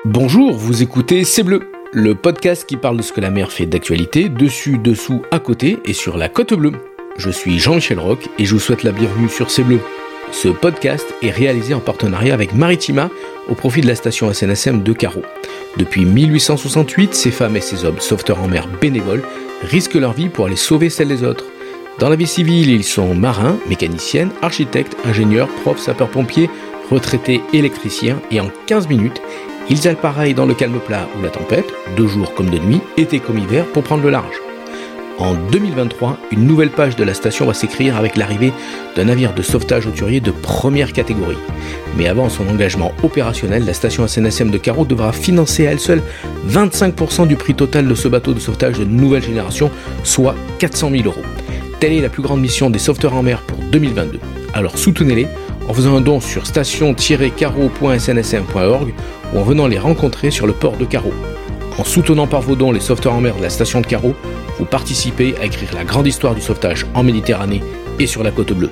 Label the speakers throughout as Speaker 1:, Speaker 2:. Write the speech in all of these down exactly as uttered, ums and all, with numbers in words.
Speaker 1: Bonjour, vous écoutez C'est Bleu, le podcast qui parle de ce que la mer fait d'actualité, dessus, dessous, à côté et sur la côte bleue. Je suis Jean-Michel Roch et je vous souhaite la bienvenue sur C'est Bleu. Ce podcast est réalisé en partenariat avec Maritima au profit de la station S N S M de Carreau. Depuis mille huit cent soixante-huit, ces femmes et ces hommes sauveteurs en mer bénévoles risquent leur vie pour aller sauver celle des autres. Dans la vie civile, ils sont marins, mécaniciennes, architectes, ingénieurs, profs, sapeurs-pompiers, retraités, électriciens et en quinze minutes, ils appareillent dans le calme plat ou la tempête, de jour comme de nuit, été comme hiver, pour prendre le large. En deux mille vingt-trois, une nouvelle page de la station va s'écrire avec l'arrivée d'un navire de sauvetage hauturier de première catégorie. Mais avant son engagement opérationnel, la station S N S M de Carreau devra financer à elle seule vingt-cinq pour cent du prix total de ce bateau de sauvetage de nouvelle génération, soit quatre cent mille euros. Telle est la plus grande mission des sauveteurs en mer pour deux mille vingt-deux. Alors soutenez-les en faisant un don sur station tiret carreau point s n s m point org ou en venant les rencontrer sur le port de Carreau. En soutenant par vos dons les sauveteurs en mer de la station de Carreau, vous participez à écrire la grande histoire du sauvetage en Méditerranée et sur la côte bleue.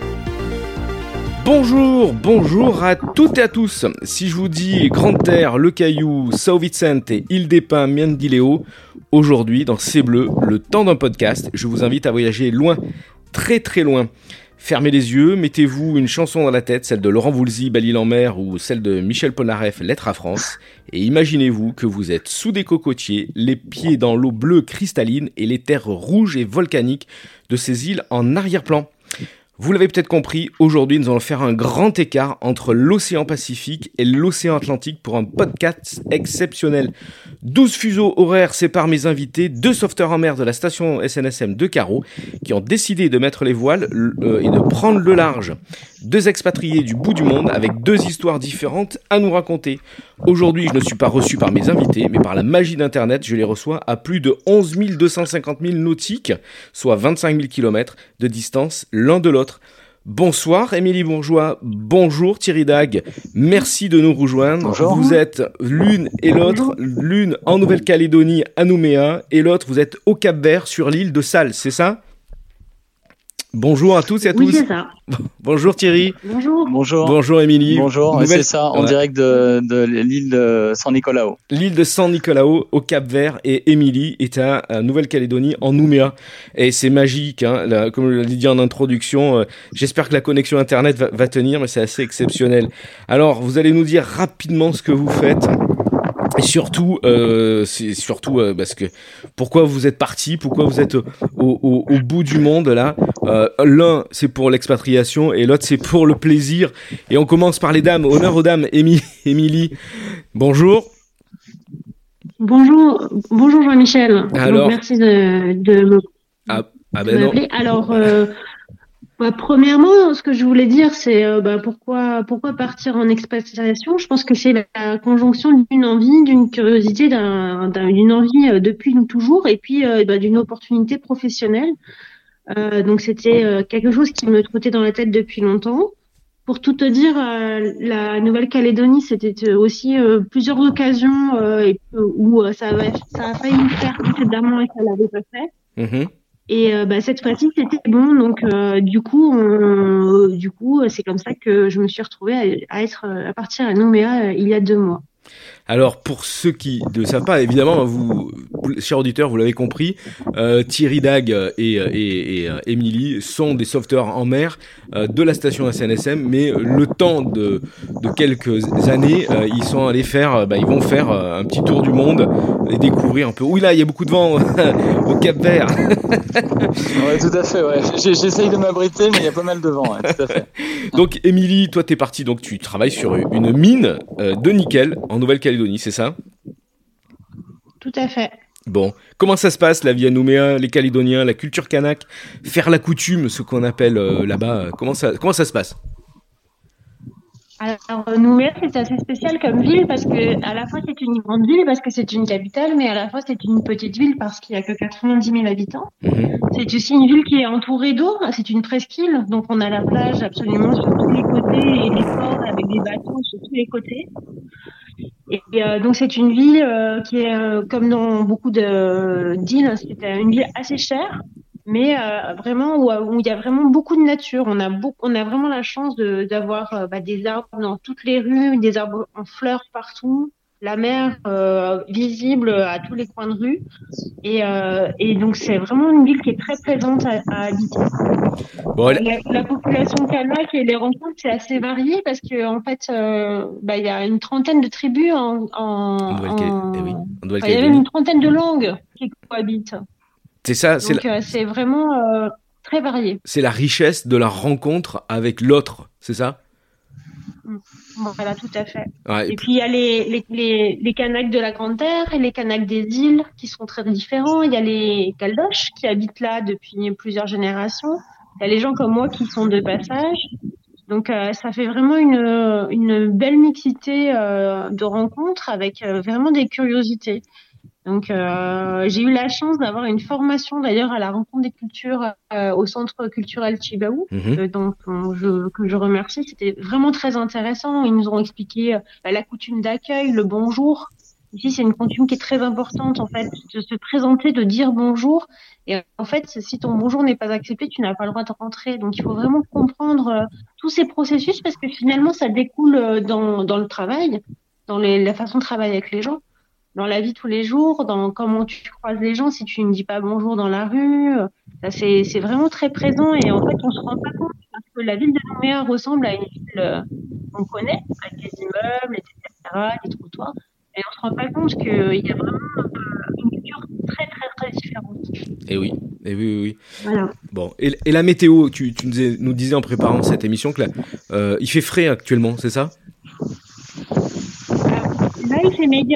Speaker 1: Bonjour, bonjour à toutes et à tous. Si je vous dis Grande Terre, Le Caillou, São Vicente et Île des Pins, Miandileo, aujourd'hui dans C'est Bleu, le temps d'un podcast, je vous invite à voyager loin, très très loin. Fermez les yeux, mettez-vous une chanson dans la tête, celle de Laurent Voulzy, Belle-Île-en-Mer ou celle de Michel Polnareff, Lettre à France, et imaginez-vous que vous êtes sous des cocotiers, les pieds dans l'eau bleue cristalline et les terres rouges et volcaniques de ces îles en arrière-plan. Vous l'avez peut-être compris, aujourd'hui nous allons faire un grand écart entre l'océan Pacifique et l'océan Atlantique pour un podcast exceptionnel. douze fuseaux horaires séparent mes invités, deux sauveteurs en mer de la station S N S M de Carreau qui ont décidé de mettre les voiles euh, et de prendre le large. Deux expatriés du bout du monde avec deux histoires différentes à nous raconter. Aujourd'hui, je ne suis pas reçu par mes invités, mais par la magie d'Internet, je les reçois à plus de onze mille deux cent cinquante milles nautiques, soit vingt-cinq mille kilomètres de distance l'un de l'autre. Bonsoir Émilie Bourgeois, bonjour Thierry Dague, merci de nous rejoindre.
Speaker 2: Bonjour.
Speaker 1: Vous êtes l'une et l'autre, l'une en Nouvelle-Calédonie à Nouméa et l'autre vous êtes au Cap-Vert sur l'île de Sal, c'est ça ? Bonjour à tous et à
Speaker 3: oui,
Speaker 1: tous.
Speaker 3: C'est ça.
Speaker 1: Bonjour Thierry.
Speaker 3: Bonjour.
Speaker 2: Bonjour.
Speaker 1: Bonjour Émilie.
Speaker 2: Bonjour,
Speaker 1: Nouvelle...
Speaker 2: c'est ça, en
Speaker 1: ouais.
Speaker 2: direct de, de l'île de San Nicolao.
Speaker 1: L'île de San Nicolao au Cap-Vert et Émilie est à, à Nouvelle-Calédonie en Nouméa. Et c'est magique, hein, là, comme je l'ai dit en introduction. Euh, j'espère que la connexion Internet va, va tenir, mais c'est assez exceptionnel. Alors, vous allez nous dire rapidement ce que vous faites. Et surtout, euh, c'est surtout euh, parce que pourquoi vous êtes partis, pourquoi vous êtes au, au, au bout du monde là. Euh, l'un c'est pour l'expatriation et l'autre c'est pour le plaisir. Et on commence par les dames. Honneur aux dames. Émilie, Émilie, bonjour.
Speaker 3: Bonjour, bonjour Jean-Michel.
Speaker 1: Alors,
Speaker 3: donc, merci de, de me
Speaker 1: ah, ah
Speaker 3: de
Speaker 1: ben non.
Speaker 3: m'appeler. Alors, euh, bah, premièrement, ce que je voulais dire, c'est euh, bah, pourquoi pourquoi partir en expatriation. Je pense que c'est la conjonction d'une envie, d'une curiosité, d'un, d'un, d'une envie euh, depuis toujours, et puis euh, bah, d'une opportunité professionnelle. Euh, donc c'était euh, quelque chose qui me trottait dans la tête depuis longtemps. Pour tout te dire, euh, la Nouvelle-Calédonie, c'était aussi euh, plusieurs occasions euh, et, euh, où euh, ça, avait, ça a failli me faire précédemment et ça l'avait pas fait.
Speaker 1: Mm-hmm.
Speaker 3: Et euh, bah, cette fois-ci, c'était bon. Donc, euh, du coup, on, du coup, c'est comme ça que je me suis retrouvée à, à être à partir à Nouméa euh, il y a deux mois.
Speaker 1: Alors, pour ceux qui ne le savent pas, évidemment, vous, chers auditeurs, vous l'avez compris, euh, Thierry Dague et, et, et Émilie sont des sauveteurs en mer euh, de la station S N S M, mais le temps de, de quelques années, euh, ils sont allés faire, bah, ils vont faire euh, un petit tour du monde et découvrir un peu. Oui, là, il y a beaucoup de vent au Cap-Vert.
Speaker 2: Ouais, tout à fait. Ouais. J'essaye de m'abriter, mais il y a pas mal de vent. Ouais, tout à fait.
Speaker 1: Donc, Émilie, toi, t'es partie. Donc, tu travailles sur une mine euh, de nickel en Nouvelle-Calédonie, c'est ça ?
Speaker 3: Tout à fait.
Speaker 1: Bon, comment ça se passe la vie à Nouméa, les Calédoniens, la culture kanak, faire la coutume, ce qu'on appelle euh, là-bas, comment ça, comment ça se passe ?
Speaker 3: Alors, Nouméa, c'est assez spécial comme ville parce que, à la fois, c'est une grande ville parce que c'est une capitale, mais à la fois, c'est une petite ville parce qu'il y a que quatre-vingt-dix mille habitants. Mmh. C'est aussi une ville qui est entourée d'eau. C'est une presqu'île. Donc, on a la plage absolument sur tous les côtés et des ports avec des bateaux sur tous les côtés. Et, et euh, donc, c'est une ville euh, qui est, euh, comme dans beaucoup de, d'îles, c'est une ville assez chère. Mais euh, vraiment où, où il y a vraiment beaucoup de nature. On a beaucoup, on a vraiment la chance de d'avoir euh, bah, des arbres dans toutes les rues, des arbres en fleurs partout. la mer euh, visible à tous les coins de rue. Et, euh, et donc, c'est vraiment une ville qui est très présente à, à habiter.
Speaker 1: Bon, elle...
Speaker 3: la, la population kanak et les rencontres, c'est assez varié parce que en fait, euh, bah, il y a une trentaine de tribus en... en, en...
Speaker 1: Eh oui, en
Speaker 3: enfin, il y a même une trentaine de langues qui cohabitent.
Speaker 1: C'est ça, c'est
Speaker 3: donc
Speaker 1: la...
Speaker 3: euh, c'est vraiment euh, très varié.
Speaker 1: C'est la richesse de la rencontre avec l'autre, c'est ça ?
Speaker 3: Voilà, tout à fait.
Speaker 1: Ouais,
Speaker 3: et, et puis il y a les, les, les, les Kanaks de la Grande Terre et les Kanaks des îles qui sont très différents. Il y a les Caldoches qui habitent là depuis plusieurs générations. Il y a les gens comme moi qui sont de passage. Donc euh, ça fait vraiment une, une belle mixité euh, de rencontres avec euh, vraiment des curiosités. Donc euh, j'ai eu la chance d'avoir une formation d'ailleurs à la rencontre des cultures euh, au centre culturel Chibaou,
Speaker 1: mmh.
Speaker 3: euh, donc je, que je remercie. C'était vraiment très intéressant. Ils nous ont expliqué euh, la coutume d'accueil, le bonjour. Ici c'est une coutume qui est très importante en fait, de se présenter, de dire bonjour. Et en fait si ton bonjour n'est pas accepté, tu n'as pas le droit de rentrer. Donc il faut vraiment comprendre euh, tous ces processus parce que finalement ça découle euh, dans, dans le travail, dans les, la façon de travailler avec les gens. Dans la vie tous les jours, dans comment tu croises les gens, si tu ne dis pas bonjour dans la rue, ça c'est, c'est vraiment très présent et en fait on se rend pas compte parce que la ville de Nouméa ressemble à une ville qu'on connaît, avec des immeubles, et cetera, des trottoirs, et on se rend pas compte qu'il y a vraiment une culture très très très différente.
Speaker 1: Et oui, et oui, oui, oui.
Speaker 3: Voilà.
Speaker 1: Bon, et, et la météo, tu, tu nous, nous disais en préparant cette émission que là, euh, il fait frais actuellement, c'est ça ?
Speaker 3: Là, il fait méga.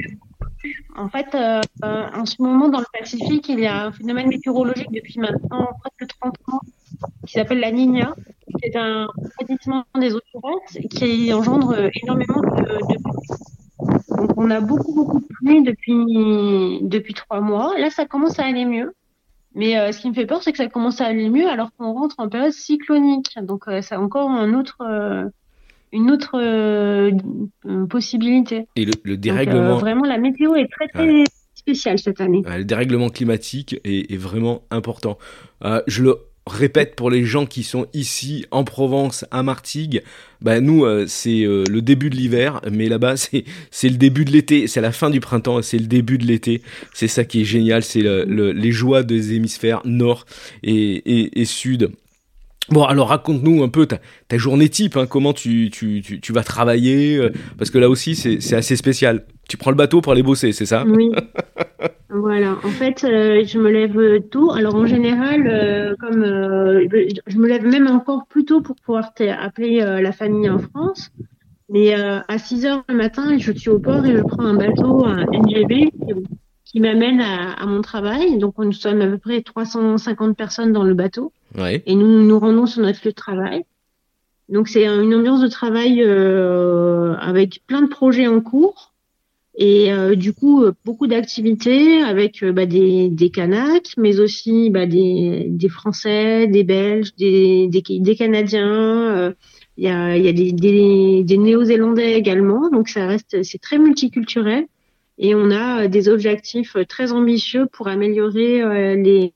Speaker 3: En fait, euh, en ce moment, dans le Pacifique, il y a un phénomène météorologique depuis maintenant presque trente ans qui s'appelle la Niña. C'est un refroidissement des occurrences qui engendre énormément de, de pluie. Donc, on a beaucoup, beaucoup de pluie depuis, depuis trois mois. Là, ça commence à aller mieux. Mais euh, ce qui me fait peur, c'est que ça commence à aller mieux alors qu'on rentre en période cyclonique. Donc, euh, c'est encore un autre... Euh, une autre euh, possibilité.
Speaker 1: Et le, le dérèglement...
Speaker 3: Donc, euh, vraiment, la météo est très, très ouais. spéciale cette année.
Speaker 1: Ouais, le dérèglement climatique est, est vraiment important. Euh, je le répète pour les gens qui sont ici, en Provence, à Martigues, bah nous, euh, c'est euh, le début de l'hiver, mais là-bas, c'est, c'est le début de l'été, c'est la fin du printemps, c'est le début de l'été. C'est ça qui est génial, c'est le, le, les joies des hémisphères nord et, et, et sud. Bon, alors raconte-nous un peu ta, ta journée type, hein, comment tu, tu, tu, tu vas travailler, euh, parce que là aussi c'est, c'est assez spécial. Tu prends le bateau pour aller bosser, c'est ça ?
Speaker 3: Oui, voilà. En fait, euh, je me lève tôt. Alors en général, euh, comme euh, je me lève même encore plus tôt pour pouvoir appeler euh, la famille en France. Mais euh, à six heures le matin, je suis au port et je prends un bateau, un N G V, qui, qui m'amène à, à mon travail. Donc nous sommes à peu près trois cent cinquante personnes dans le bateau.
Speaker 1: Ouais.
Speaker 3: Et nous nous rendons sur notre lieu de travail. Donc c'est une ambiance de travail euh, avec plein de projets en cours et euh, du coup beaucoup d'activités avec euh, bah, des, des Kanaks, mais aussi bah, des, des Français, des Belges, des, des, des Canadiens. Il euh, y a, y a des, des, des Néo-Zélandais également. Donc ça reste, c'est très multiculturel. Et on a des objectifs très ambitieux pour améliorer euh, les,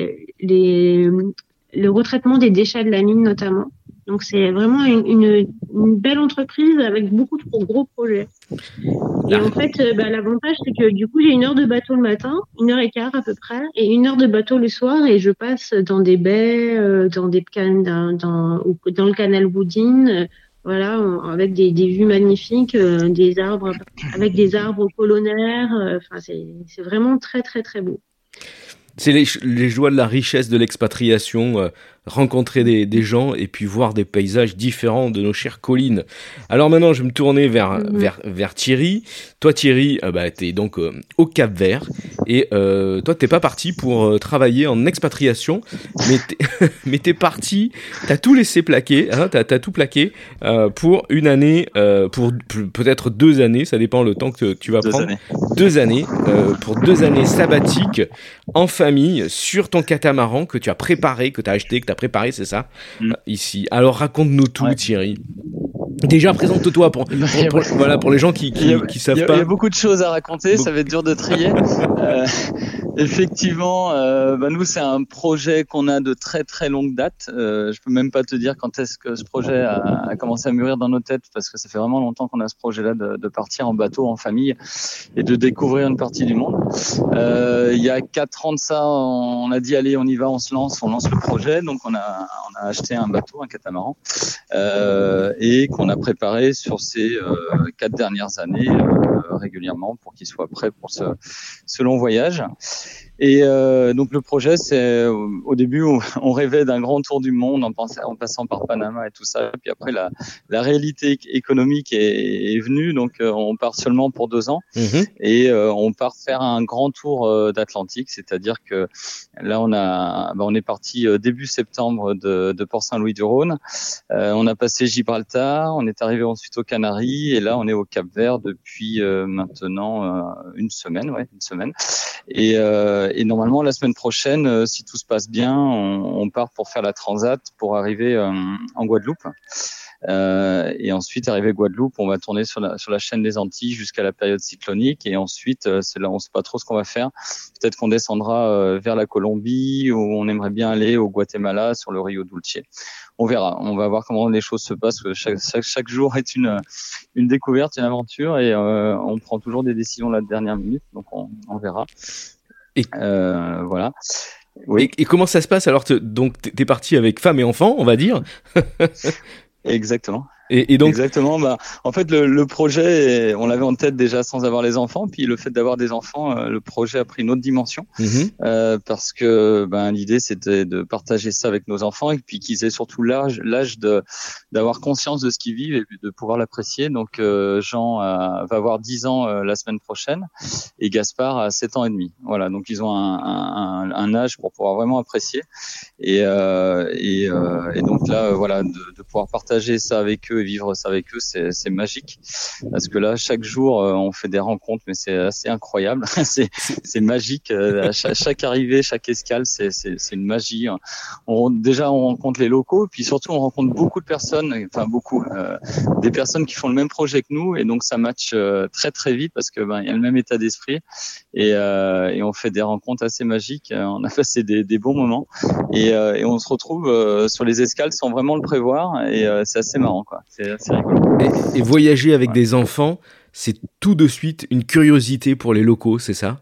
Speaker 3: les, le retraitement des déchets de la mine notamment. Donc c'est vraiment une, une, une belle entreprise avec beaucoup de gros projets. Et en fait, bah, l'avantage c'est que du coup j'ai une heure de bateau le matin, une heure et quart à peu près, et une heure de bateau le soir, et je passe dans des baies, euh, dans des cannes, dans, dans, dans le canal Boudin, euh, voilà, avec des, des vues magnifiques, euh, des arbres, avec des arbres colonnaires. Enfin, euh, c'est, c'est vraiment très très très beau.
Speaker 1: C'est les, les joies de la richesse de l'expatriation, euh, rencontrer des, des gens et puis voir des paysages différents de nos chères collines. Alors maintenant, je vais me tourner vers, mmh. vers, vers Thierry. Toi, Thierry, euh, bah, t'es donc euh, au Cap-Vert et euh, toi, t'es pas parti pour euh, travailler en expatriation, mais t'es, mais t'es parti, t'as tout laissé plaquer, hein, t'as, t'as tout plaqué euh, pour une année, euh, pour peut-être deux années, ça dépend le temps que tu vas
Speaker 2: deux
Speaker 1: prendre.
Speaker 2: Années.
Speaker 1: Deux années, euh, pour deux années sabbatiques en famille sur ton catamaran que tu as préparé, que tu as acheté, que tu as préparé, c'est ça, mm. ici. Alors raconte-nous tout, ouais. Thierry. Déjà, présente-toi pour, pour, pour, voilà, pour les gens qui, qui,
Speaker 2: il y a,
Speaker 1: qui savent
Speaker 2: il y a,
Speaker 1: pas.
Speaker 2: Il y a beaucoup de choses à raconter, beaucoup. Ça va être dur de trier. euh, Effectivement, euh, bah nous c'est un projet qu'on a de très très longue date. Euh, je peux même pas te dire quand est-ce que ce projet a, a commencé à mûrir dans nos têtes, parce que ça fait vraiment longtemps qu'on a ce projet-là de, de partir en bateau en famille et de découvrir une partie du monde. Euh, il y a quatre ans de ça, on a dit allez, on y va, on se lance, on lance le projet. Donc on a on a acheté un bateau, un catamaran, euh, et qu'on a préparé sur ces euh, quatre dernières années euh, régulièrement pour qu'il soit prêt pour ce ce long voyage. Et euh, donc le projet, c'est au début on, on rêvait d'un grand tour du monde en, pensant, en passant par Panama et tout ça. Et puis après la, la réalité économique est, est venue, donc euh, on part seulement pour deux ans mmh. et euh, on part faire un grand tour euh, d'Atlantique, c'est-à-dire que là on a, bah, on est parti euh, début septembre de, de Port-Saint-Louis-du-Rhône. Euh, on a passé Gibraltar, on est arrivé ensuite aux Canaries et là on est au Cap-Vert depuis euh, maintenant euh, une semaine, ouais, une semaine. Et euh, Et normalement, la semaine prochaine, euh, si tout se passe bien, on, on part pour faire la transat pour arriver euh, en Guadeloupe. Euh, et ensuite, arrivé à Guadeloupe, on va tourner sur la, sur la chaîne des Antilles jusqu'à la période cyclonique. Et ensuite, euh, c'est là, on sait pas trop ce qu'on va faire. Peut-être qu'on descendra euh, vers la Colombie, ou on aimerait bien aller au Guatemala sur le Rio Dulce. On verra. On va voir comment les choses se passent. Chaque, chaque, chaque jour est une, une découverte, une aventure, et euh, on prend toujours des décisions à la dernière minute. Donc, on, on verra. Et euh, voilà.
Speaker 1: Oui. Et, et comment ça se passe alors? Donc t'es parti avec femme et enfant, on va dire.
Speaker 2: Exactement.
Speaker 1: Et, et donc
Speaker 2: exactement. Bah, en fait, le, le projet, on l'avait en tête déjà sans avoir les enfants. Puis le fait d'avoir des enfants, euh, le projet a pris une autre dimension mmh. euh, parce que ben l'idée c'était de partager ça avec nos enfants et puis qu'ils aient surtout l'âge, l'âge de d'avoir conscience de ce qu'ils vivent et de pouvoir l'apprécier. Donc euh, Jean a, va avoir dix ans euh, la semaine prochaine et Gaspard a sept ans et demi. Voilà. Donc ils ont un, un, un âge pour pouvoir vraiment apprécier et euh, et, euh, et donc là voilà de, de pouvoir partager ça avec eux et vivre ça avec eux, c'est, c'est magique. Parce que là, chaque jour, euh, on fait des rencontres, mais c'est assez incroyable. c'est, c'est magique. Euh, chaque, chaque arrivée, chaque escale, c'est, c'est, c'est une magie. On, déjà, on rencontre les locaux, puis surtout, on rencontre beaucoup de personnes, enfin beaucoup, euh, des personnes qui font le même projet que nous, et donc ça match euh, très très vite parce que ben il y a le même état d'esprit et, euh, et on fait des rencontres assez magiques. On a passé des, des bons moments et, euh, et on se retrouve euh, sur les escales sans vraiment le prévoir et euh, c'est assez marrant quoi. C'est assez rigolo.
Speaker 1: Et, et voyager avec ouais. des enfants, c'est tout de suite une curiosité pour les locaux, c'est ça?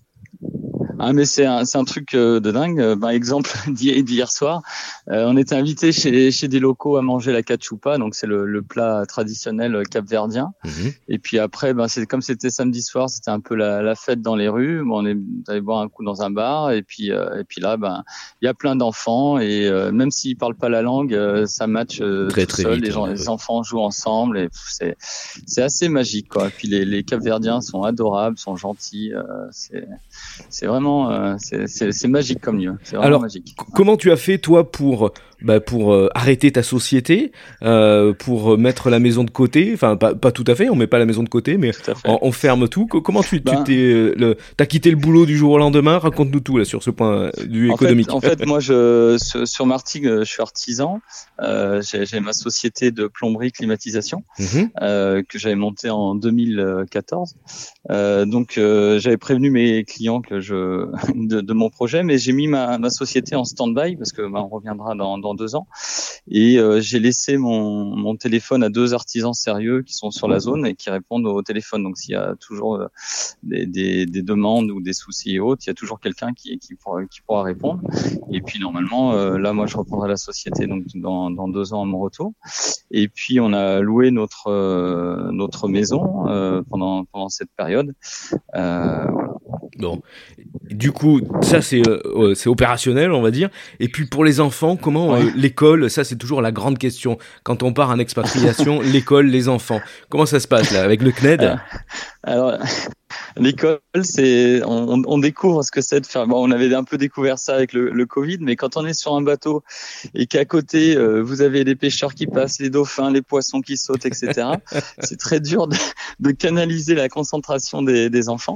Speaker 2: Ah mais c'est un c'est un truc euh, de dingue. Par exemple d'hier soir, euh, on était invité chez chez des locaux à manger la cachupa, donc c'est le, le plat traditionnel capverdien. Mmh. Et puis après, ben c'est comme c'était samedi soir, c'était un peu la, la fête dans les rues. Bon, on est allé boire un coup dans un bar et puis euh, et puis là, ben il y a plein d'enfants et euh, même s'ils parlent pas la langue, euh, ça match euh, très, tout très seul. Vite, les gens, ouais. les enfants jouent ensemble et pff, c'est c'est assez magique quoi. Et puis les les capverdiens sont adorables, sont gentils. Euh, c'est c'est vraiment Euh, c'est, c'est, c'est magique comme lieu. C'est vraiment
Speaker 1: Alors,
Speaker 2: magique.
Speaker 1: c- comment tu as fait toi pour bah, pour euh, arrêter ta société, euh, pour mettre la maison de côté? Enfin, pas, pas tout à fait. On met pas la maison de côté, mais on, on ferme tout. Comment tu, ben, tu t'es, euh, le, t'as quitté le boulot du jour au lendemain? Raconte-nous tout là sur ce point de vue économique.
Speaker 2: En fait, en fait moi, je sur, sur Martigues, je suis artisan. Euh, j'ai, j'ai ma société de plomberie climatisation mm-hmm. euh, que j'avais montée en deux mille quatorze. Euh, donc, euh, j'avais prévenu mes clients que je de, de mon projet, mais j'ai mis ma, ma société en stand-by parce que bah, on reviendra dans, dans deux ans. Et euh, j'ai laissé mon, mon téléphone à deux artisans sérieux qui sont sur la zone et qui répondent au téléphone. Donc, s'il y a toujours euh, des, des, des demandes ou des soucis et autres, il y a toujours quelqu'un qui, qui, pourra, qui pourra répondre. Et puis, normalement, euh, là, moi, je reprendrai la société donc dans, dans deux ans à mon retour. Et puis, on a loué notre euh, notre maison euh, pendant pendant cette période. Euh, voilà.
Speaker 1: Bon, du coup, ça c'est euh, c'est opérationnel, on va dire. Et puis pour les enfants, comment ouais. euh, l'école, ça c'est toujours la grande question. Quand on part en expatriation, l'école, les enfants, comment ça se passe là avec le C N E D?
Speaker 2: euh, Alors. L'école, c'est on, on découvre ce que c'est de faire. Bon, on avait un peu découvert ça avec le, le Covid, mais quand on est sur un bateau et qu'à côté euh, vous avez les pêcheurs qui passent, les dauphins, les poissons qui sautent, et cetera. C'est très dur de, de canaliser la concentration des, des enfants.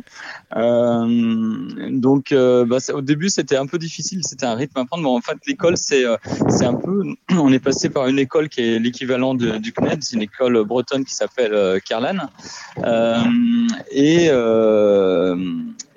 Speaker 2: Euh, donc, euh, bah, au début, c'était un peu difficile, c'était un rythme à prendre. Mais en fait, l'école, c'est c'est un peu. On est passé par une école qui est l'équivalent de, du C N E D, c'est une école bretonne qui s'appelle euh, Kerlan, euh, et euh, Euh,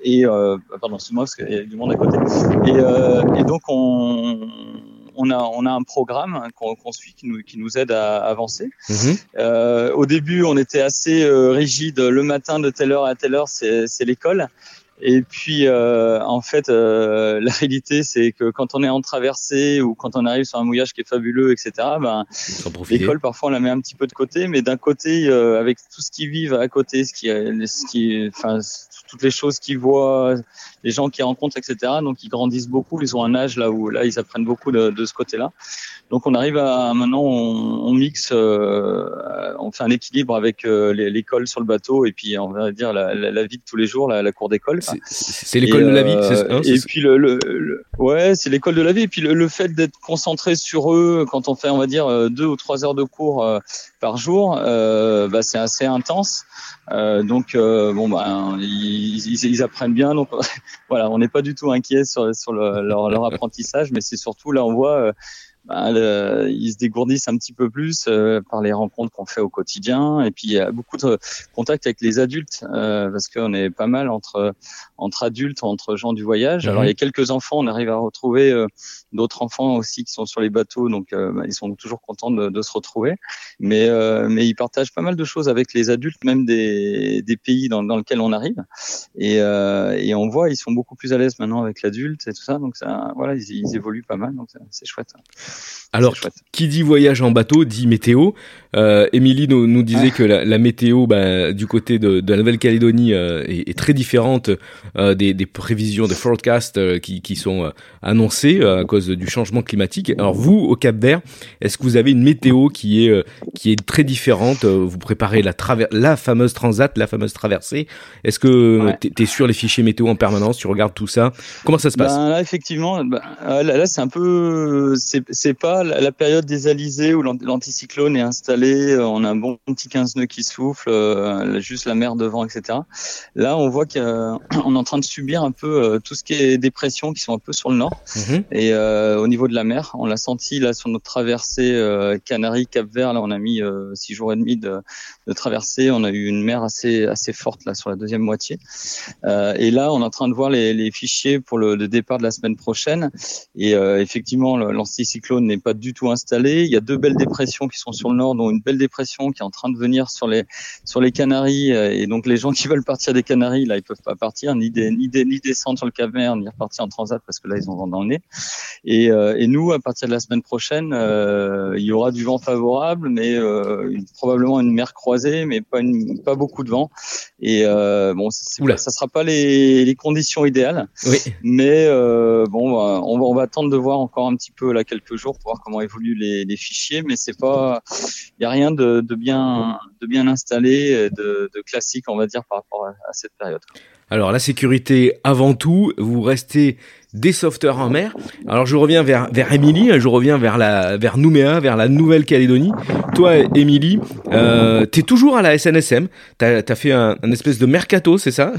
Speaker 2: et euh, pardon, excuse-moi parce qu'il y a du monde à côté. Et, euh, et donc on On a, on a un programme qu'on, qu'on suit qui nous, qui nous aide à avancer. Mmh. Euh, au début, on était assez euh, rigide. Le matin, de telle heure à telle heure, c'est, c'est l'école. Et puis, euh, en fait, euh, la réalité, c'est que quand on est en traversée ou quand on arrive sur un mouillage qui est fabuleux, et cetera, ben, l'école, parfois, on la met un petit peu de côté. Mais d'un côté, euh, avec tout ce qu'ils vivent à côté, ce qui, ce qui, enfin, toutes les choses qu'ils voient, les gens qu'ils rencontrent, et cetera. Donc, ils grandissent beaucoup. Ils ont un âge là où là, ils apprennent beaucoup de, de ce côté-là. Donc, on arrive à maintenant, on, on mixe, euh, on fait un équilibre avec euh, l'école sur le bateau et puis on va dire la, la, la vie de tous les jours, la, la cour d'école.
Speaker 1: C'est, c'est l'école et, de la vie. C'est, hein,
Speaker 2: et c'est... puis le, le, le, ouais, c'est l'école de la vie. Et puis le, le fait d'être concentré sur eux quand on fait, on va dire, deux ou trois heures de cours euh, par jour, euh, bah, c'est assez intense. Euh, donc euh, bon bah ils, ils, ils apprennent bien. Donc voilà, on n'est pas du tout inquiet sur, sur le, leur, leur apprentissage, mais c'est surtout là on voit. Euh, Bah, le, ils se dégourdissent un petit peu plus euh, par les rencontres qu'on fait au quotidien et puis il y a beaucoup de contacts avec les adultes euh, parce qu'on est pas mal entre entre adultes, entre gens du voyage. Alors il y a quelques enfants, on arrive à retrouver euh, d'autres enfants aussi qui sont sur les bateaux, donc euh, bah, ils sont toujours contents de, de se retrouver. Mais euh, mais ils partagent pas mal de choses avec les adultes, même des des pays dans dans lesquels on arrive. Et euh, et on voit ils sont beaucoup plus à l'aise maintenant avec l'adulte et tout ça, donc ça voilà ils, ils évoluent pas mal, donc c'est, c'est chouette.
Speaker 1: Alors, qui dit voyage en bateau dit météo. Euh, Émilie nous, nous disait ah. que la, la météo, bah, du côté de, de la Nouvelle-Calédonie, euh, est, est très différente euh, des, des prévisions, des forecasts euh, qui, qui sont euh, annoncées euh, à cause du changement climatique. Alors vous, au Cap-Vert, est-ce que vous avez une météo qui est euh, qui est très différente? Vous préparez la traver- la fameuse transat, la fameuse traversée. Est-ce que ouais. t'es, t'es sur les fichiers météo en permanence? Tu regardes tout ça? Comment ça se passe?
Speaker 2: Ben, là, effectivement, ben, là, là, c'est un peu, c'est, c'est pas la période des alizés où l'anticyclone est installé, on a un bon petit quinze nœuds qui souffle, euh, juste la mer devant, et cetera. Là, on voit qu'on est en train de subir un peu euh, tout ce qui est dépressions qui sont un peu sur le nord. Mmh. Et euh, au niveau de la mer, on l'a senti là sur notre traversée euh, Canaries, Cap-Vert. Là, on a mis euh, six jours et demi de, de traversée. On a eu une mer assez assez forte là sur la deuxième moitié. Euh, et là, on est en train de voir les, les fichiers pour le, le départ de la semaine prochaine. Et euh, effectivement, l'anticyclone n'est pas du tout installé. Il y a deux belles dépressions qui sont sur le nord, dont une belle dépression qui est en train de venir sur les sur les Canaries. Et donc les gens qui veulent partir des Canaries, là, ils peuvent pas partir, ni des, ni, des, ni descendre sur le Cap-Vert, ni repartir en transat parce que là, ils ont vent dans le nez. Et, euh, et nous, à partir de la semaine prochaine, euh, il y aura du vent favorable, mais euh, une, probablement une mer croisée, mais pas une, pas beaucoup de vent. Et euh, bon, c'est, pas, ça sera pas les, les conditions idéales. Oui. Mais euh, bon, bah, on va on va attendre de voir encore un petit peu là quelques jours pour voir comment évoluent les, les fichiers, mais c'est pas, il y a rien de, de bien de bien installé, de, de classique, on va dire, par rapport à, à cette période.
Speaker 1: Alors la sécurité avant tout, vous restez des sauveteurs en mer. Alors je reviens vers vers Émilie, je reviens vers la vers Nouméa, vers la Nouvelle-Calédonie. Toi, Émilie, euh, t'es toujours à la S N S M. T'as t'as fait un, un espèce de mercato, c'est ça?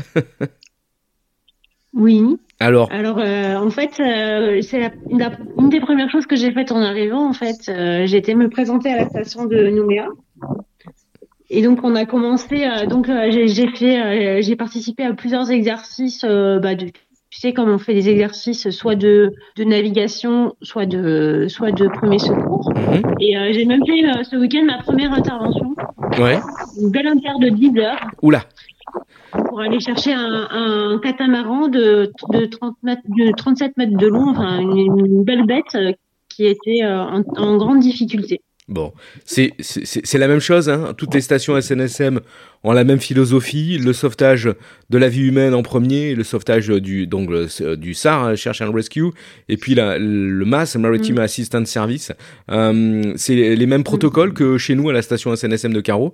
Speaker 3: Oui.
Speaker 1: Alors,
Speaker 3: Alors euh, en fait, euh, c'est la, la, une des premières choses que j'ai faites en arrivant. En fait, euh, j'ai été me présenter à la station de Nouméa. Et donc on a commencé. Euh, donc euh, j'ai, j'ai fait, euh, j'ai participé à plusieurs exercices. Euh, bah, de, tu sais, comme on fait des exercices, soit de, de navigation, soit de, soit de premier secours. Mm-hmm. Et euh, j'ai même fait euh, ce week-end ma première intervention.
Speaker 1: Ouais.
Speaker 3: Une belle inter de dix heures.
Speaker 1: Oula.
Speaker 3: Pour aller chercher un, un catamaran de, de, trente mètres, de trente-sept mètres de long, enfin une, une belle bête qui était en, en grande difficulté.
Speaker 1: Bon, c'est, c'est, c'est la même chose, hein. Toutes les stations S N S M ont la même philosophie, le sauvetage de la vie humaine en premier, le sauvetage du, donc, le, du S A R, Search and Rescue, et puis la, le M A S, Maritime mmh. Assistance Service. Euh, c'est les mêmes protocoles mmh. que chez nous à la station S N S M de Carreau?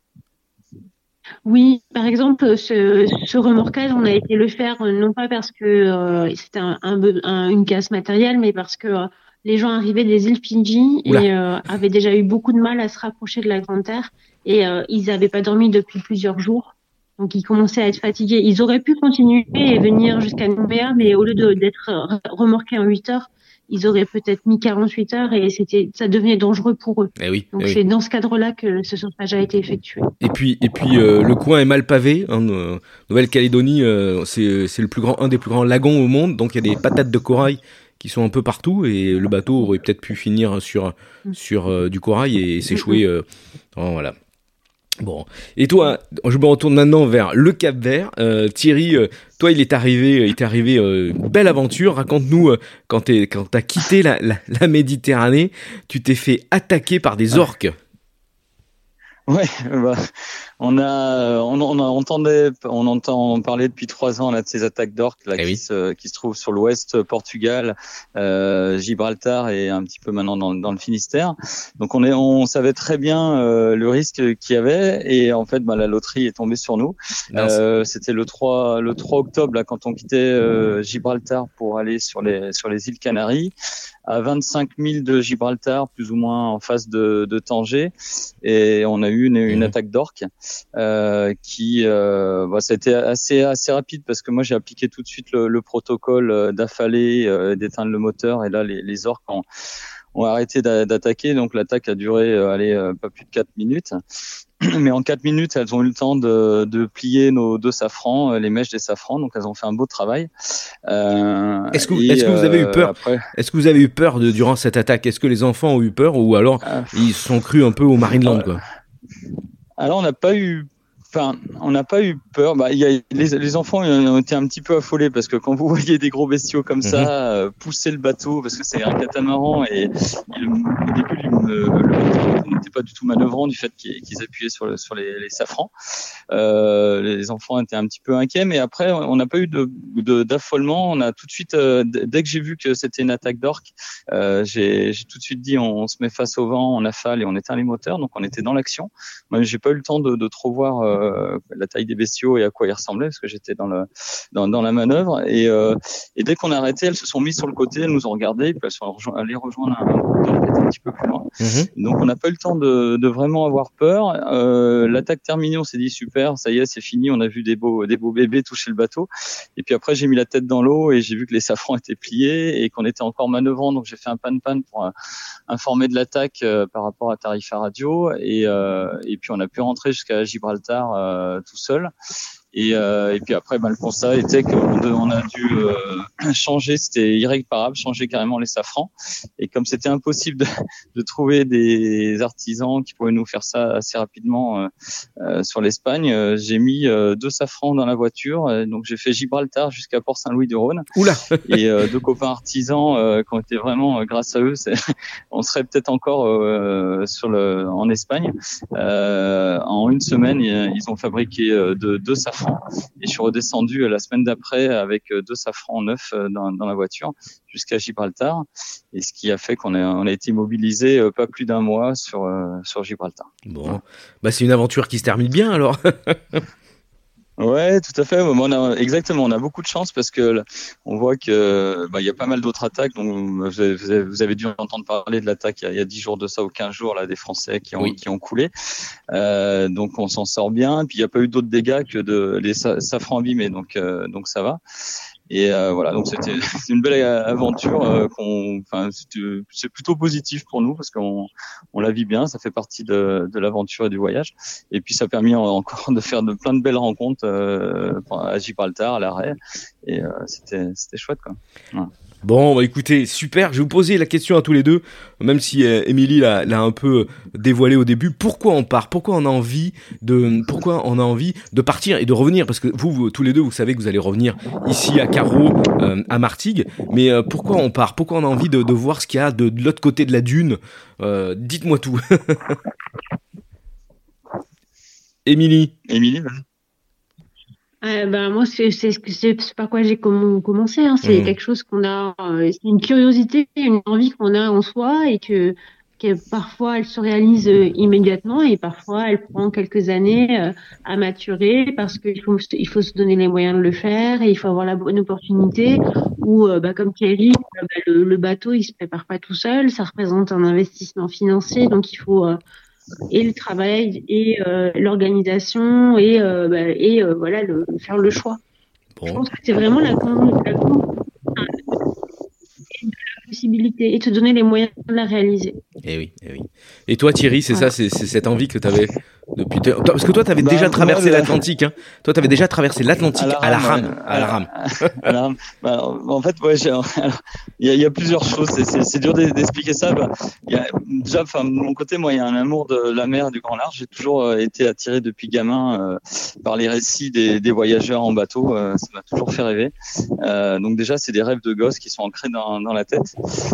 Speaker 3: Oui, par exemple, ce, ce remorquage, on a été le faire non pas parce que euh, c'était un, un, un, une casse matérielle, mais parce que euh, les gens arrivaient des îles Fidji Oula. et euh, avaient déjà eu beaucoup de mal à se rapprocher de la Grande Terre et euh, ils n'avaient pas dormi depuis plusieurs jours. Donc ils commençaient à être fatigués. Ils auraient pu continuer et venir jusqu'à Nouméa, mais au lieu de, d'être remorqués en huit heures, ils auraient peut-être mis quarante-huit heures et c'était, ça devenait dangereux pour eux.
Speaker 1: Eh oui,
Speaker 3: Donc
Speaker 1: eh
Speaker 3: c'est
Speaker 1: oui.
Speaker 3: dans ce cadre-là que ce sauvetage a été effectué.
Speaker 1: Et puis, et puis euh, le coin est mal pavé. Hein, euh, Nouvelle-Calédonie, euh, c'est, c'est le plus grand, un des plus grands lagons au monde, donc il y a des patates de corail qui sont un peu partout et le bateau aurait peut-être pu finir sur sur euh, du corail et s'échouer. Euh, oh, voilà. Bon. Et toi, je me retourne maintenant vers le Cap-Vert. Euh, Thierry, euh, toi, il est arrivé, il t'est arrivé euh, une belle aventure. Raconte-nous euh, quand t'es, quand t'as quitté la, la, la Méditerranée, tu t'es fait attaquer par des orques.
Speaker 2: Ouais, bah, on a, on, on a entendait, on entend parler depuis trois ans là de ces attaques d'orques là
Speaker 1: eh
Speaker 2: qui
Speaker 1: oui.
Speaker 2: se, qui se trouvent sur l'ouest Portugal, euh, Gibraltar et un petit peu maintenant dans, dans le Finistère. Donc on est, on savait très bien euh, le risque qu'il y avait et en fait, bah, la loterie est tombée sur nous. Euh, c'était le trois, le trois octobre là quand on quittait euh, Gibraltar pour aller sur les, sur les îles Canaries, à vingt-cinq milles de Gibraltar, plus ou moins en face de, de Tanger, et on a eu une, une attaque d'orques euh, qui, euh, bah, ça a été assez assez rapide parce que moi j'ai appliqué tout de suite le, le protocole d'affaler, euh, d'éteindre le moteur, et là les, les orques ont, ont arrêté d'attaquer, donc l'attaque a duré, euh, allez, euh, pas plus de quatre minutes. Mais en quatre minutes, elles ont eu le temps de, de plier nos deux safrans, les mèches des safrans, donc elles ont fait un beau travail. Euh,
Speaker 1: est-ce que,
Speaker 2: et,
Speaker 1: est-ce que vous avez eu peur
Speaker 2: après...
Speaker 1: Est-ce que vous avez eu peur de, durant cette attaque? Est-ce que les enfants ont eu peur ou alors euh, ils se sont crus un peu au Marineland, quoi?
Speaker 2: Alors on n'a pas eu Enfin, on n'a pas eu peur. Bah, il y a les, les enfants ont été un petit peu affolés parce que quand vous voyez des gros bestiaux comme ça mm-hmm. euh, pousser le bateau, parce que c'est un catamaran et, et le, au début le, le bateau n'était pas du tout manœuvrant du fait qu'ils, qu'ils appuyaient sur, le, sur les, les safrans. Euh, les enfants étaient un petit peu inquiets, mais après on n'a pas eu de, de, d'affolement. On a tout de suite, euh, dès que j'ai vu que c'était une attaque d'orques, euh, j'ai, j'ai tout de suite dit on, on se met face au vent, on affale et on éteint les moteurs. Donc on était dans l'action. Moi, j'ai pas eu le temps de, de trop voir euh, la taille des bestiaux et à quoi ils ressemblaient parce que j'étais dans le dans, dans la manœuvre et, euh, et dès qu'on a arrêté, elles se sont mises sur le côté, elles nous ont regardé, puis elles sont allées rejoindre un groupe d'orques qui était un petit peu plus loin. Mmh. Donc on n'a pas eu le temps de, de vraiment avoir peur. Euh, l'attaque terminée, on s'est dit super, ça y est, c'est fini, on a vu des beaux des beaux bébés toucher le bateau. Et puis après j'ai mis la tête dans l'eau et j'ai vu que les safrans étaient pliés et qu'on était encore manœuvrant, donc j'ai fait un pan-pan pour euh, informer de l'attaque euh, par rapport à Tarifa Radio et, euh, et puis on a pu rentrer jusqu'à Gibraltar Euh, tout seul et, euh, et puis après ben, le constat était qu'on on a dû euh, changer, c'était irréparable, changer carrément les safrans et comme c'était impossible de, de trouver des artisans qui pouvaient nous faire ça assez rapidement euh, euh, sur l'Espagne, euh, j'ai mis euh, deux safrans dans la voiture, euh, donc j'ai fait Gibraltar jusqu'à Port-Saint-Louis-du-Rhône.
Speaker 1: Oula.
Speaker 2: Et euh, deux copains artisans euh, qui ont été vraiment euh, grâce à eux, c'est, on serait peut-être encore euh, sur le en Espagne. Euh, en une semaine, ils ont fabriqué euh, de, deux safrans et je suis redescendu euh, la semaine d'après avec euh, deux safrans neufs euh, dans, dans la voiture jusqu'à Gibraltar, et ce qui a fait qu'on a, on a été mobilisé euh, pas plus d'un mois sur euh, sur Gibraltar.
Speaker 1: Bon, bah c'est une aventure qui se termine bien alors.
Speaker 2: Ouais, tout à fait. On a, exactement. On a beaucoup de chance parce que on voit que bah, il y a pas mal d'autres attaques. Donc vous avez, vous avez dû entendre parler de l'attaque il y a dix jours de ça ou quinze jours là des Français qui ont oui. qui ont coulé. Euh, donc on s'en sort bien. Puis il n'y a pas eu d'autres dégâts que de les safrans abîmés. Donc euh, donc ça va. Et euh, voilà, donc c'était une belle aventure. Euh, qu'on, enfin, c'est plutôt positif pour nous parce qu'on on la vit bien. Ça fait partie de, de l'aventure et du voyage. Et puis ça a permis encore de faire de plein de belles rencontres euh, à Gibraltar, à l'arrêt. Et euh, c'était c'était chouette quoi. Ouais.
Speaker 1: Bon, bah écoutez, super. Je vais vous poser la question à tous les deux, même si euh, Émilie l'a, l'a un peu dévoilé au début. Pourquoi on part ? Pourquoi on a envie de, pourquoi on a envie de partir et de revenir ? Parce que vous, vous tous les deux, vous savez que vous allez revenir ici à Carreau, euh, à Martigues. Mais euh, pourquoi on part ? Pourquoi on a envie de, de voir ce qu'il y a de, de l'autre côté de la dune ? euh, Dites-moi tout. Émilie.
Speaker 2: Émilie, vas-y.
Speaker 3: Euh, ben moi c'est c'est c'est c'est par quoi j'ai comm- commencé hein. C'est mmh. quelque chose qu'on a, euh, c'est une curiosité, une envie qu'on a en soi et que que parfois elle se réalise euh, immédiatement et parfois elle prend quelques années euh, à maturer parce qu'il faut il faut se donner les moyens de le faire et il faut avoir la bonne opportunité. Ou euh, bah comme Thierry, bah, le, le bateau il se prépare pas tout seul, ça représente un investissement financier, donc il faut euh, et le travail et euh, l'organisation et euh, bah, et euh, voilà le faire le choix. Bon. Je pense que c'est vraiment la, la, la possibilité et te donner les moyens de la réaliser.
Speaker 1: Et oui, et oui. Et toi Thierry, c'est voilà. ça, c'est, c'est cette envie que tu avais depuis t- parce que toi tu avais bah, déjà traversé moi, le... l'Atlantique hein. Toi tu avais déjà traversé l'Atlantique à la rame, à la rame.
Speaker 2: À la rame. Bah, en fait, ouais, j'ai il y, y a plusieurs choses, c'est, c'est, c'est dur d'expliquer ça. Bah, y a, déjà enfin de mon côté, moi il y a un amour de la mer, du grand large. J'ai toujours euh, été attiré depuis gamin euh, par les récits des, des voyageurs en bateau, euh, ça m'a toujours fait rêver. Euh, donc déjà, c'est des rêves de gosse qui sont ancrés dans dans la tête.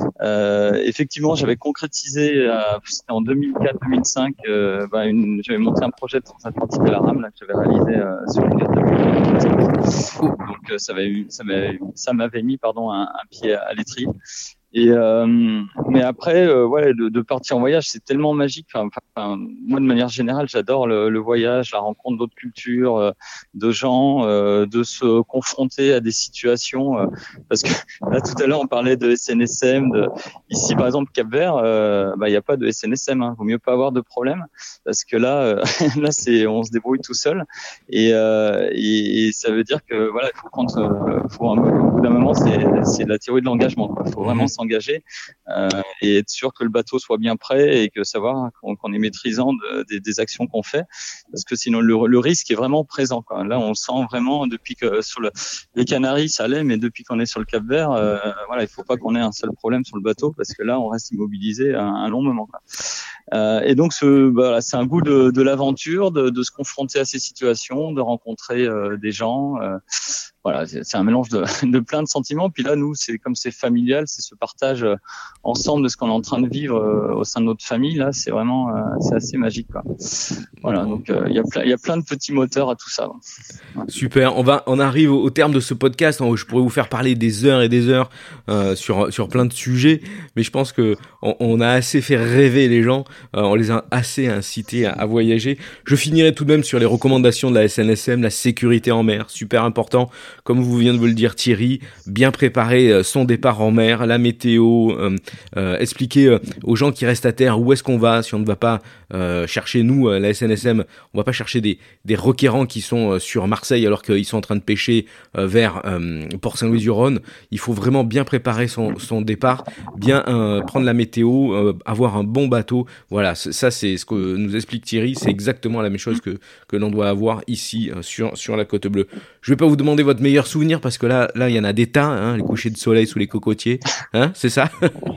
Speaker 2: Euh, effectivement, j'avais concrétisé euh, c'était en deux mille quatre deux mille cinq euh, bah, une j'avais monté un projet de transatlantique à la rame là, que j'avais réalisé euh, sur les deux mille cinq. Donc euh, ça avait eu, ça m'avait, ça m'avait mis pardon un, un pied à l'étrier. Et euh, mais après, euh, ouais, de, de partir en voyage, c'est tellement magique. Enfin, enfin, moi, de manière générale, j'adore le, le voyage, la rencontre d'autres cultures, euh, de gens, euh, de se confronter à des situations. Euh, parce que là, tout à l'heure, on parlait de S N S M. De, ici, par exemple, Cap-Vert, euh, bah, il n'y a pas de S N S M. Hein. Vaut mieux pas avoir de problème, parce que là, euh, là, c'est, on se débrouille tout seul. Et, euh, et, et ça veut dire que voilà, il faut prendre, euh, faut un, au bout d'un moment, c'est, c'est de la théorie de l'engagement. Il faut vraiment s'engager euh, et être sûr que le bateau soit bien prêt et que savoir qu'on, qu'on est maîtrisant de, des, des actions qu'on fait, parce que sinon le, le risque est vraiment présent, quoi. Là, on sent vraiment depuis que sur le, les Canaries ça allait, mais depuis qu'on est sur le Cap-Vert, euh, voilà, il faut pas qu'on ait un seul problème sur le bateau, parce que là, on reste immobilisé un, un long moment, quoi. Euh, et donc, ce, bah, voilà, c'est un goût de, de l'aventure, de, de se confronter à ces situations, de rencontrer euh, des gens. Euh, voilà, c'est, c'est un mélange de, de plein de sentiments. Puis là, nous, c'est comme c'est familial, c'est ce partage euh, ensemble de ce qu'on est en train de vivre euh, au sein de notre famille. Là, c'est vraiment, euh, c'est assez magique, quoi. Voilà, donc il euh, y a plein, il y a plein de petits moteurs à tout ça.
Speaker 1: Ouais. Super. On va, on arrive au, au terme de ce podcast où je pourrais vous faire parler des heures et des heures euh, sur sur plein de sujets, mais je pense que on, on a assez fait rêver les gens, euh, on les a assez incités à, à voyager. Je finirai tout de même sur les recommandations de la S N S M, la sécurité en mer, super important. Comme vous venez de vous le dire Thierry, bien préparer son départ en mer, la météo, euh, euh, expliquer euh, aux gens qui restent à terre où est-ce qu'on va, si on ne va pas euh, chercher, nous, euh, la S N S M, on va pas chercher des, des requérants qui sont euh, sur Marseille alors qu'ils sont en train de pêcher euh, vers euh, Port-Saint-Louis-du-Rhône. Il faut vraiment bien préparer son, son départ, bien euh, prendre la météo, euh, avoir un bon bateau. Voilà, ça c'est ce que nous explique Thierry, c'est exactement la même chose que, que l'on doit avoir ici euh, sur, sur la Côte Bleue. Je vais pas vous demander votre meilleur souvenir parce que là, là, il y en a des tas, hein, les couchers de soleil sous les cocotiers, hein, c'est ça?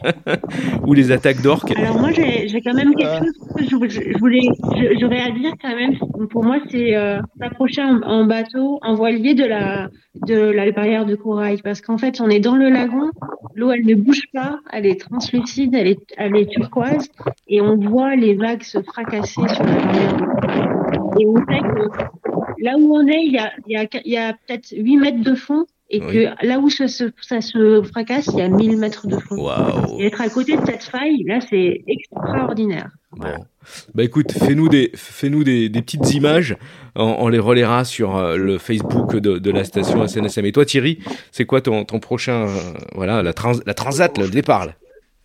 Speaker 1: Ou les attaques d'orques.
Speaker 3: Alors moi, j'ai, j'ai quand même quelque chose que je, je, je voulais, je, j'aurais à dire quand même. Pour moi, c'est euh, s'approcher en, en bateau, en voilier de la de la barrière de corail, parce qu'en fait, on est dans le lagon, l'eau elle ne bouge pas, elle est translucide, elle est, elle est turquoise, et on voit les vagues se fracasser sur la barrière de corail. Et on sait que là où on est, il y a, il y a, il y a peut-être huit mètres de fond. Et oui. que là où ça se, ça se fracasse, il y a mille mètres de fond.
Speaker 1: Wow.
Speaker 3: Et être à côté de cette faille, là, c'est extraordinaire.
Speaker 1: Bon. Voilà. Bah écoute, fais-nous des, fais-nous des, des petites images. On, on les relaiera sur euh, le Facebook de, de la station S N S M. Et toi, Thierry, c'est quoi ton, ton prochain, euh, voilà, la, trans, la transat, le départ là.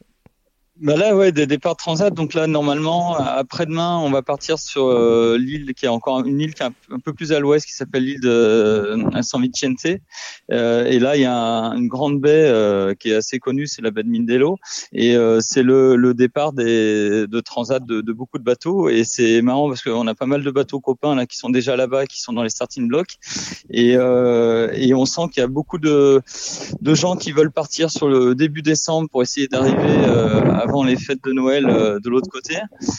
Speaker 2: Bah là, ouais, des départs transat. Donc là, normalement, après-demain, on va partir sur euh, l'île qui est encore une île qui est un, un peu plus à l'ouest, qui s'appelle l'île de euh, San Vicente. Euh, et là, il y a un, une grande baie euh, qui est assez connue, c'est la baie de Mindelo. Et euh, c'est le, le départ des, de transat de, de beaucoup de bateaux. Et c'est marrant parce qu'on a pas mal de bateaux copains là qui sont déjà là-bas, qui sont dans les starting blocks. Et, euh, et on sent qu'il y a beaucoup de, de gens qui veulent partir sur le début décembre pour essayer d'arriver euh, avant les fêtes de Noël euh, de l'autre côté,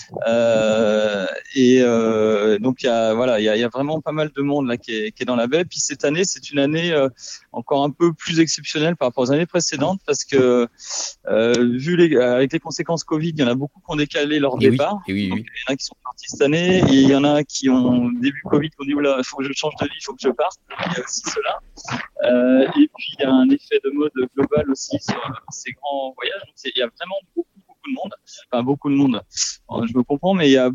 Speaker 2: euh, et euh, donc il y a voilà il y a, y a vraiment pas mal de monde là qui est, qui est dans la baie. Puis cette année c'est une année euh, encore un peu plus exceptionnelle par rapport aux années précédentes parce que euh, vu les avec les conséquences Covid, il y en a beaucoup qui ont décalé leur
Speaker 1: et
Speaker 2: départ.
Speaker 1: Oui, et oui,
Speaker 2: donc,
Speaker 1: oui.
Speaker 2: Il y en a qui sont partis cette année et il y en a qui ont début Covid qui ont dit oula, il faut que je change de vie, il faut que je parte. Il y a aussi cela. Euh, et puis il y a un effet de mode global aussi sur ces grands voyages. Donc, c'est, il y a vraiment beaucoup de monde, enfin beaucoup de monde. Je me comprends, mais il y a beaucoup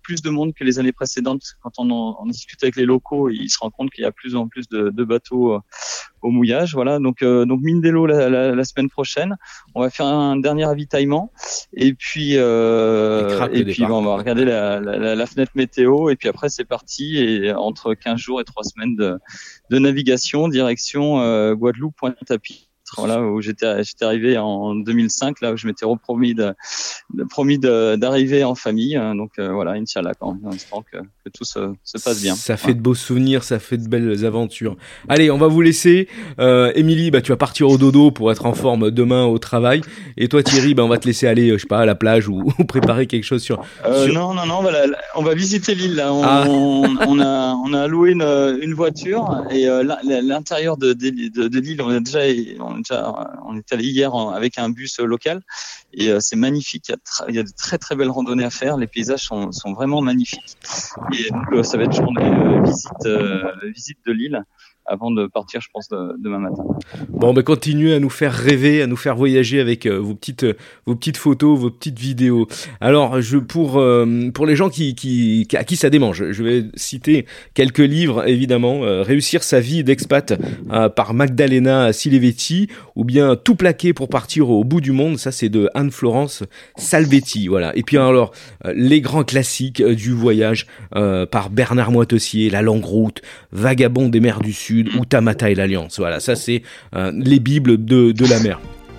Speaker 2: plus de monde que les années précédentes. Quand on, en, on discute avec les locaux, ils se rendent compte qu'il y a plus en plus de, de bateaux euh, au mouillage. Voilà, donc euh, donc Mindelo la, la, la semaine prochaine. On va faire un dernier ravitaillement et puis euh, et puis bon, on va regarder la, la, la fenêtre météo et puis après c'est parti et entre quinze jours et trois semaines de, de navigation direction euh, Guadeloupe, Pointe-à-Pitre. Voilà, où j'étais, j'étais arrivé en deux mille cinq, là où je m'étais repromis de, de promis de, d'arriver en famille. Donc euh, voilà, Inch'Allah, en espérant que, que tout se, se passe bien.
Speaker 1: Ça fait ouais. de beaux souvenirs, ça fait de belles aventures. Allez, on va vous laisser. Euh, Émilie, bah tu vas partir au dodo pour être en forme demain au travail. Et toi, Thierry, bah on va te laisser aller, je sais pas, à la plage ou, ou préparer quelque chose sur.
Speaker 2: Euh,
Speaker 1: sur...
Speaker 2: Non, non, non. Voilà, on va visiter l'île. Là. On,
Speaker 1: ah.
Speaker 2: on, on a, on a loué une, une voiture et euh, l'intérieur de, de, de, de l'île, on a déjà, on a déjà, on est allé hier en, avec un bus local et euh, c'est magnifique. Il y, a tra- il y a de très très belles randonnées à faire. Les paysages sont, sont vraiment magnifiques. Et donc euh, ça va être journée euh, visite, euh, visite de l'île avant de partir, je pense, de, demain matin.
Speaker 1: Bon, ben continuez à nous faire rêver, à nous faire voyager avec euh, vos petites, euh, vos petites photos, vos petites vidéos. Alors, je pour euh, pour les gens qui, qui à qui ça démange, je vais citer quelques livres évidemment. Euh, Réussir sa vie d'expat euh, par Magdalena Silevetti, ou bien Tout plaquer pour partir au bout du monde. Ça, c'est de Anne-Florence Salvetti. Voilà. Et puis alors, euh, les grands classiques euh, du voyage euh, par Bernard Moitessier, La longue route, Vagabond des mers du Sud, ou Tamata et l'Alliance. Voilà, ça c'est euh, les bibles de, de la mer.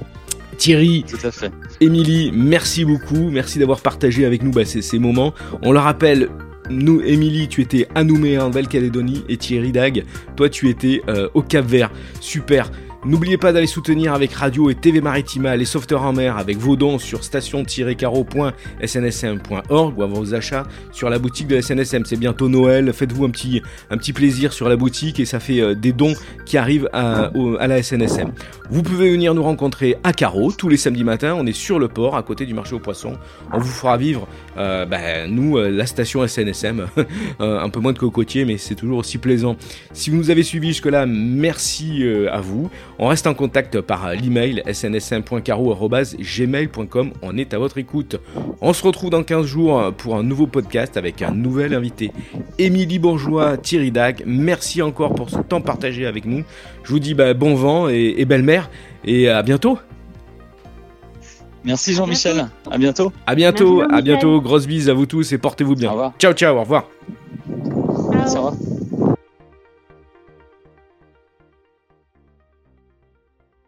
Speaker 1: Thierry,
Speaker 2: tout à fait.
Speaker 1: Émilie, merci beaucoup. Merci d'avoir partagé avec nous bah, ces, ces moments. On le rappelle, nous, Émilie, tu étais à Nouméa en Nouvelle-Calédonie et Thierry Dag, toi tu étais euh, au Cap-Vert. Super. N'oubliez pas d'aller soutenir avec Radio et T V Maritima les sauveteurs en mer avec vos dons sur station tiret carreau point s n s m point org ou à vos achats sur la boutique de S N S M. C'est bientôt Noël, faites-vous un petit, un petit plaisir sur la boutique et ça fait euh, des dons qui arrivent à, au, à la S N S M. Vous pouvez venir nous rencontrer à Carreau tous les samedis matins, on est sur le port à côté du marché aux poissons. On vous fera vivre, euh, bah, nous, euh, la station S N S M, euh, un peu moins de cocotiers mais c'est toujours aussi plaisant. Si vous nous avez suivis jusque-là, merci euh, à vous. On reste en contact par l'email s n s m point carreau arobase gmail point com. On est à votre écoute. On se retrouve dans quinze jours pour un nouveau podcast avec un nouvel invité. Émilie Bourgeois, Thierry Dag, merci encore pour ce temps partagé avec nous. Je vous dis bah, bon vent et, et belle mer et à bientôt.
Speaker 2: Merci Jean-Michel. À bientôt.
Speaker 1: À bientôt. Merci, à bientôt. Grosse bise à vous tous et portez-vous bien.
Speaker 2: Au revoir.
Speaker 1: Ciao ciao. Au revoir.
Speaker 3: Ciao.
Speaker 2: Au revoir.